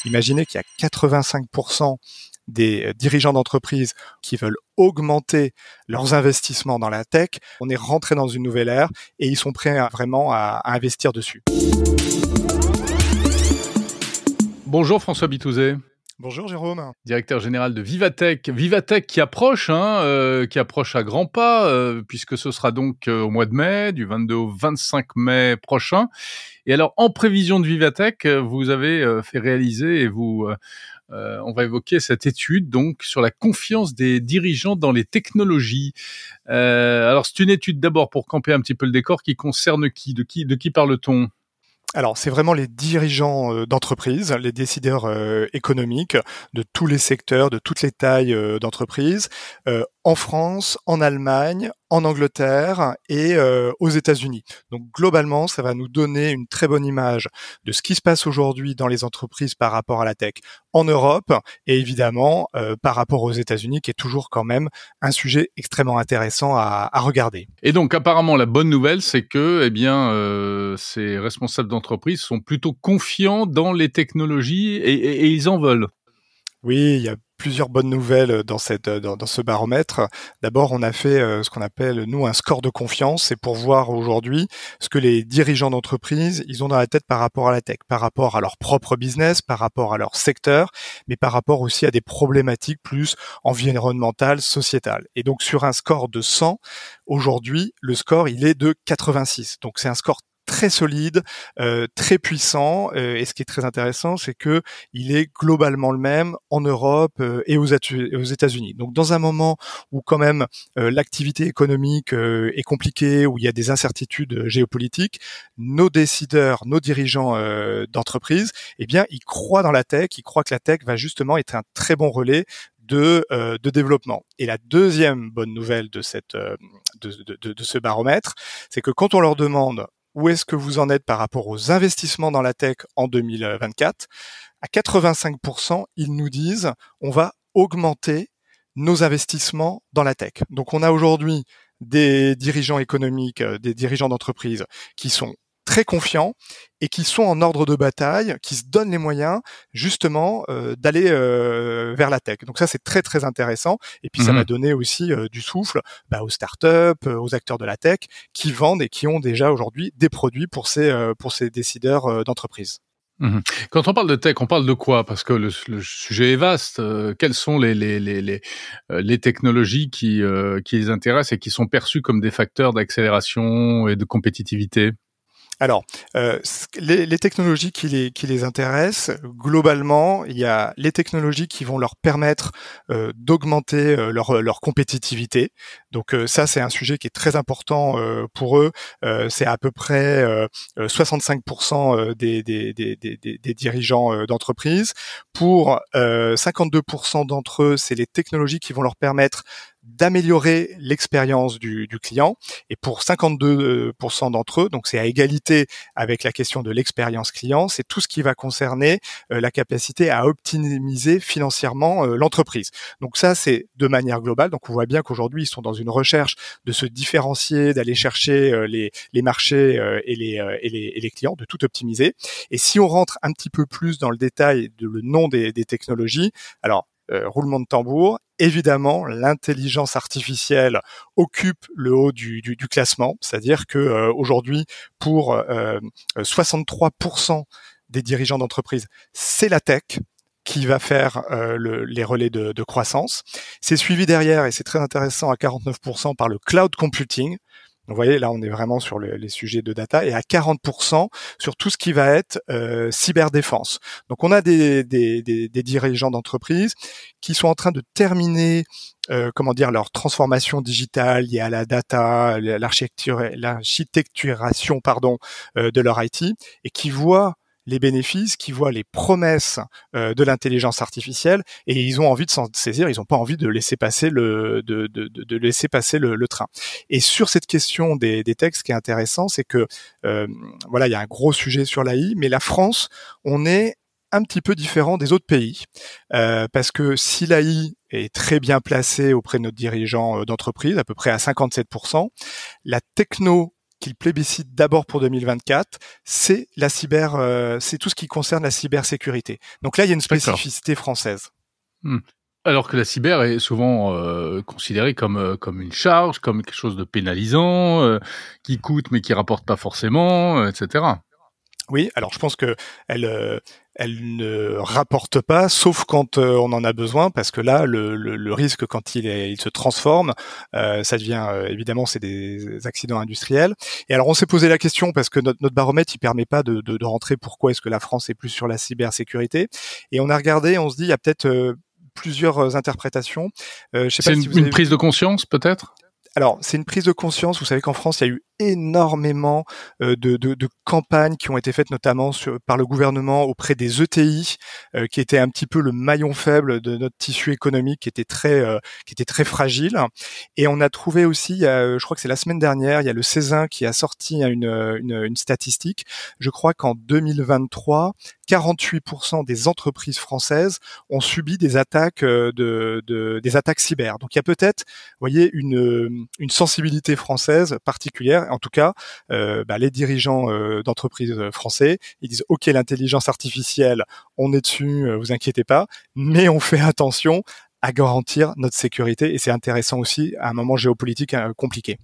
Imaginez qu'il y a 85% des dirigeants d'entreprises qui veulent augmenter leurs investissements dans la tech. On est rentré dans une nouvelle ère et ils sont prêts vraiment à investir dessus. Bonjour François Bitouzet. Bonjour Jérôme. Directeur général de Vivatech. Vivatech qui approche à grands pas, puisque ce sera donc au mois de mai, du 22 au 25 mai prochain. Et alors, en prévision de Vivatech, vous avez fait réaliser et on va évoquer cette étude donc sur la confiance des dirigeants dans les technologies. Alors, c'est une étude d'abord pour camper un petit peu le décor qui concerne qui ? De qui parle-t-on ? Alors, c'est vraiment les dirigeants d'entreprises, les décideurs économiques de tous les secteurs, de toutes les tailles d'entreprises, en France, en Allemagne, en Angleterre et aux États-Unis. Donc globalement, ça va nous donner une très bonne image de ce qui se passe aujourd'hui dans les entreprises par rapport à la tech en Europe et évidemment par rapport aux États-Unis, qui est toujours quand même un sujet extrêmement intéressant à regarder. Et donc apparemment, la bonne nouvelle, c'est que ces responsables d'entreprise sont plutôt confiants dans les technologies et ils en veulent. Oui, il y a plusieurs bonnes nouvelles dans ce baromètre. D'abord, on a fait ce qu'on appelle, nous, un score de confiance. C'est pour voir aujourd'hui ce que les dirigeants d'entreprise, ils ont dans la tête par rapport à la tech, par rapport à leur propre business, par rapport à leur secteur, mais par rapport aussi à des problématiques plus environnementales, sociétales. Et donc, sur un score de 100, aujourd'hui, le score, il est de 86. Donc, c'est un score très solide, très puissant, et ce qui est très intéressant, c'est que il est globalement le même en Europe et aux États-Unis. Donc dans un moment où quand même l'activité économique est compliquée, où il y a des incertitudes géopolitiques, nos décideurs, nos dirigeants d'entreprise, eh bien ils croient dans la tech, ils croient que la tech va justement être un très bon relais de développement. Et la deuxième bonne nouvelle de ce baromètre, c'est que quand on leur demande où est-ce que vous en êtes par rapport aux investissements dans la tech en 2024, à 85%, ils nous disent on va augmenter nos investissements dans la tech. Donc on a aujourd'hui des dirigeants économiques, des dirigeants d'entreprise qui sont très confiants et qui sont en ordre de bataille, qui se donnent les moyens justement d'aller vers la tech. Donc ça, c'est très très intéressant. Et puis ça va donner aussi du souffle aux startups, aux acteurs de la tech qui vendent et qui ont déjà aujourd'hui des produits pour ces décideurs d'entreprise. Quand on parle de tech, on parle de quoi ? Parce que le sujet est vaste. Quelles sont les technologies qui les intéressent et qui sont perçues comme des facteurs d'accélération et de compétitivité ? Alors, les technologies qui les intéressent, globalement, il y a les technologies qui vont leur permettre d'augmenter leur compétitivité. Donc ça, c'est un sujet qui est très important pour eux. C'est à peu près 65% des dirigeants d'entreprise. Pour 52% d'entre eux, c'est les technologies qui vont leur permettre d'améliorer l'expérience du client. Et pour 52% d'entre eux, donc c'est à égalité avec la question de l'expérience client, c'est tout ce qui va concerner la capacité à optimiser financièrement l'entreprise. Donc ça, c'est de manière globale. Donc on voit bien qu'aujourd'hui, ils sont dans une recherche de se différencier, d'aller chercher les marchés et les clients, de tout optimiser. Et si on rentre un petit peu plus dans le détail de le nom des technologies, alors roulement de tambour, évidemment, l'intelligence artificielle occupe le haut du classement, c'est-à-dire que aujourd'hui, pour 63% des dirigeants d'entreprise, c'est la tech qui va faire les relais de croissance. C'est suivi derrière, et c'est très intéressant, à 49% par le cloud computing. Vous voyez, là, on est vraiment sur les sujets de data, et à 40% sur tout ce qui va être cyberdéfense. Donc, on a des dirigeants d'entreprise qui sont en train de terminer leur transformation digitale liée à la data, l'architecturation de leur IT, et qui voient les bénéfices, qui voient les promesses de l'intelligence artificielle, et ils ont envie de s'en saisir. Ils n'ont pas envie de laisser passer le train. Et sur cette question des techs, ce qui est intéressant, c'est que il y a un gros sujet sur l'AI, mais la France, on est un petit peu différent des autres pays, parce que si l'AI est très bien placée auprès de nos dirigeants d'entreprise, à peu près à 57%, la techno qu'ils plébiscitent d'abord pour 2024, c'est c'est tout ce qui concerne la cybersécurité. Donc là, il y a une spécificité française. Alors que la cyber est souvent considérée comme une charge, comme quelque chose de pénalisant, qui coûte mais qui rapporte pas forcément, etc. Oui, alors je pense que elle ne rapporte pas, sauf quand on en a besoin, parce que là, le risque quand il se transforme, ça devient évidemment c'est des accidents industriels. Et alors on s'est posé la question parce que notre baromètre il permet pas de rentrer pourquoi est-ce que la France est plus sur la cybersécurité. Et on a regardé, on se dit il y a peut-être plusieurs interprétations. Je sais pas si vous avez une prise de conscience peut-être. Alors, c'est une prise de conscience. Vous savez qu'en France, il y a eu énormément de campagnes qui ont été faites notamment par le gouvernement auprès des ETI, qui étaient un petit peu le maillon faible de notre tissu économique, qui était très fragile. Et on a trouvé aussi, je crois que c'est la semaine dernière, il y a le Césin qui a sorti une statistique. Je crois qu'en 2023, 48% des entreprises françaises ont subi des attaques des attaques cyber. Donc il y a peut-être, vous voyez, une sensibilité française particulière. En tout cas, les dirigeants d'entreprises français, ils disent OK, l'intelligence artificielle, on est dessus, vous inquiétez pas, mais on fait attention à garantir notre sécurité. Et c'est intéressant aussi à un moment géopolitique compliqué.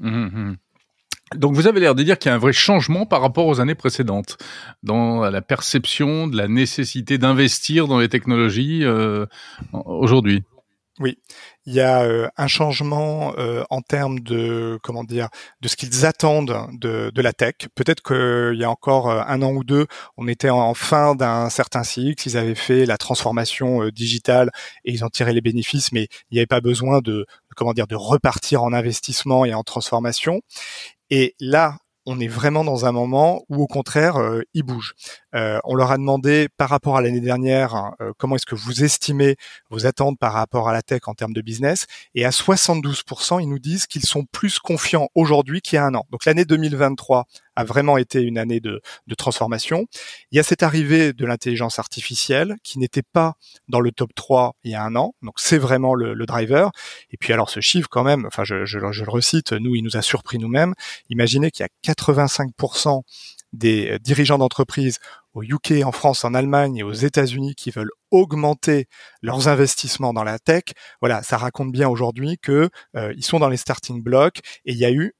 Donc vous avez l'air de dire qu'il y a un vrai changement par rapport aux années précédentes dans la perception de la nécessité d'investir dans les technologies aujourd'hui. Oui, il y a un changement en termes de de ce qu'ils attendent de la tech. Peut-être qu'il y a encore un an ou deux, on était en fin d'un certain cycle, ils avaient fait la transformation digitale et ils en tiraient les bénéfices, mais il n'y avait pas besoin de repartir en investissement et en transformation. Et là, on est vraiment dans un moment où, au contraire, ils bougent. On leur a demandé, par rapport à l'année dernière, comment est-ce que vous estimez vos attentes par rapport à la tech en termes de business. Et à 72%, ils nous disent qu'ils sont plus confiants aujourd'hui qu'il y a un an. Donc l'année 2023 a vraiment été une année de transformation. Il y a cette arrivée de l'intelligence artificielle qui n'était pas dans le top 3 il y a un an. Donc c'est vraiment le driver. Et puis alors ce chiffre quand même, enfin je le recite, nous il nous a surpris nous-mêmes. Imaginez qu'il y a 85% des dirigeants d'entreprises au UK, en France, en Allemagne et aux États-Unis qui veulent augmenter leurs investissements dans la tech. Voilà, ça raconte bien aujourd'hui que ils sont dans les starting blocks et il y a eu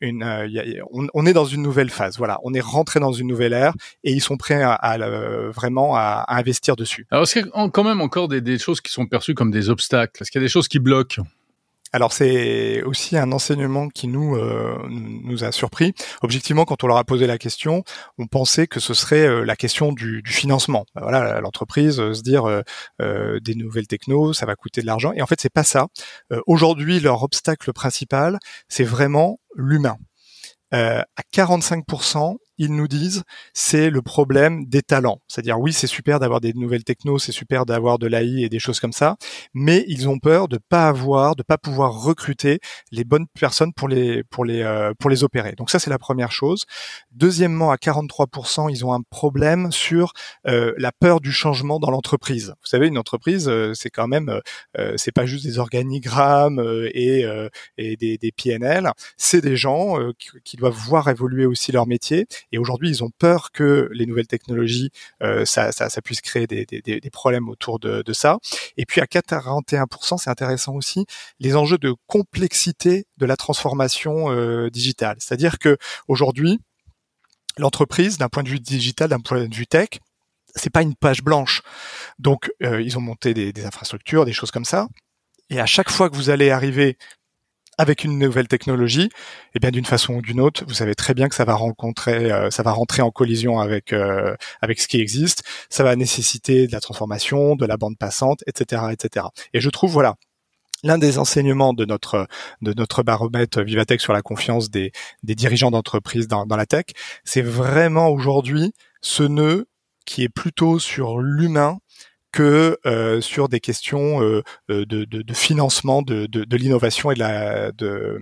on est dans une nouvelle phase. Voilà, on est rentré dans une nouvelle ère et ils sont prêts vraiment à investir dessus. Alors est-ce qu'il y a quand même encore des choses qui sont perçues comme des obstacles? Est-ce qu'il y a des choses qui bloquent? Alors c'est aussi un enseignement qui nous a surpris. Objectivement, quand on leur a posé la question, on pensait que ce serait la question du financement. Voilà, l'entreprise se dire des nouvelles technos, ça va coûter de l'argent. Et en fait, c'est pas ça. Aujourd'hui, leur obstacle principal, c'est vraiment l'humain. À 45%, ils nous disent c'est le problème des talents. C'est-à-dire oui, c'est super d'avoir des nouvelles technos, c'est super d'avoir de l'AI et des choses comme ça, mais ils ont peur de pas pouvoir recruter les bonnes personnes pour les opérer. Donc ça c'est la première chose. Deuxièmement, à 43%, ils ont un problème sur la peur du changement dans l'entreprise. Vous savez, une entreprise, c'est quand même c'est pas juste des organigrammes et des PNL, c'est des gens qui doivent voir évoluer aussi leur métier. Et aujourd'hui, ils ont peur que les nouvelles technologies, ça puisse créer des problèmes autour de ça. Et puis à 41%, c'est intéressant aussi, les enjeux de complexité de la transformation digitale. C'est-à-dire que aujourd'hui, l'entreprise, d'un point de vue digital, d'un point de vue tech, c'est pas une page blanche. Donc, ils ont monté des infrastructures, des choses comme ça. Et à chaque fois que vous allez arriver avec une nouvelle technologie, eh bien d'une façon ou d'une autre, vous savez très bien que ça va rentrer en collision avec ce qui existe. Ça va nécessiter de la transformation, de la bande passante, etc., etc. Et je trouve l'un des enseignements de notre baromètre Vivatech sur la confiance des dirigeants d'entreprise dans la tech, c'est vraiment aujourd'hui ce nœud qui est plutôt sur l'humain que sur des questions de financement de l'innovation et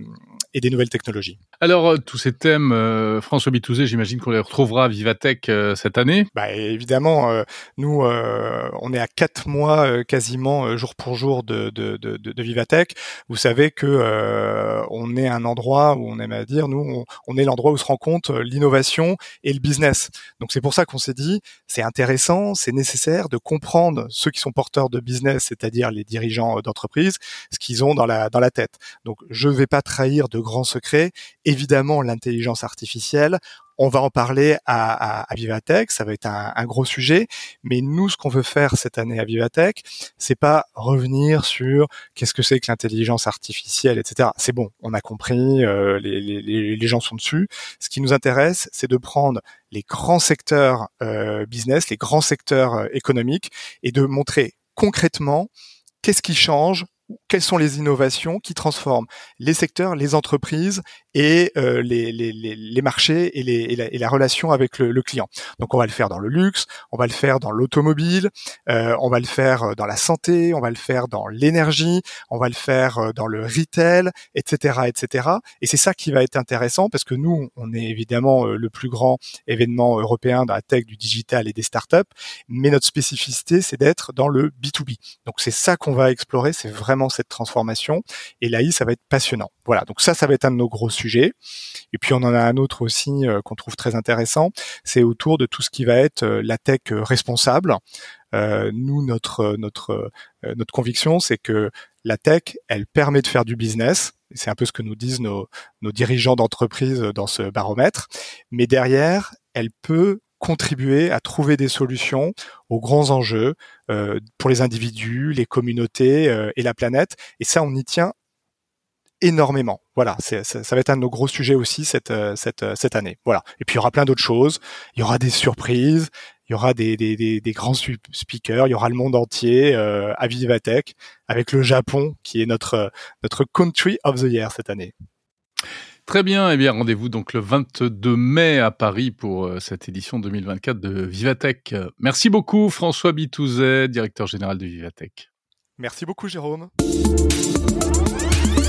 et des nouvelles technologies. Alors, tous ces thèmes, François Bitouzet, j'imagine qu'on les retrouvera à Vivatech cette année. Évidemment, nous, on est à 4 mois quasiment jour pour jour de Vivatech. Vous savez que on est un endroit où on aime à dire, nous, on est l'endroit où se rencontre l'innovation et le business. Donc c'est pour ça qu'on s'est dit, c'est intéressant, c'est nécessaire de comprendre ceux qui sont porteurs de business, c'est-à-dire les dirigeants d'entreprise, ce qu'ils ont dans la tête. Donc je ne vais pas trahir de grands secrets. Évidemment, l'intelligence artificielle, on va en parler à Vivatech, ça va être un gros sujet, mais nous, ce qu'on veut faire cette année à Vivatech, c'est pas revenir sur qu'est-ce que c'est que l'intelligence artificielle, etc. C'est bon, on a compris, les gens sont dessus. Ce qui nous intéresse, c'est de prendre les grands secteurs business, les grands secteurs économiques, et de montrer concrètement qu'est-ce qui change, quelles sont les innovations qui transforment les secteurs, les entreprises et les marchés et la relation avec le client. Donc on va le faire dans le luxe, on va le faire dans l'automobile, on va le faire dans la santé, on va le faire dans l'énergie, on va le faire dans le retail, etc., etc. Et c'est ça qui va être intéressant parce que nous, on est évidemment le plus grand événement européen dans la tech, du digital et des startups, mais notre spécificité, c'est d'être dans le B2B. Donc c'est ça qu'on va explorer, c'est vraiment cette transformation. Et l'AI, ça va être passionnant. Voilà, donc ça va être un de nos gros sujets. Et puis on en a un autre aussi qu'on trouve très intéressant, c'est autour de tout ce qui va être la tech responsable. Nous, notre conviction, c'est que la tech, elle permet de faire du business. C'est un peu ce que nous disent nos dirigeants d'entreprise dans ce baromètre. Mais derrière, elle peut contribuer à trouver des solutions aux grands enjeux pour les individus, les communautés et la planète. Et ça, on y tient énormément. Voilà, ça va être un de nos gros sujets aussi cette année. Voilà. Et puis il y aura plein d'autres choses. Il y aura des surprises. Il y aura des grands speakers. Il y aura le monde entier à Vivatech, avec le Japon qui est notre country of the year cette année. Très bien, eh bien rendez-vous donc le 22 mai à Paris pour cette édition 2024 de Vivatech. Merci beaucoup François Bitouzet, directeur général de Vivatech. Merci beaucoup Jérôme.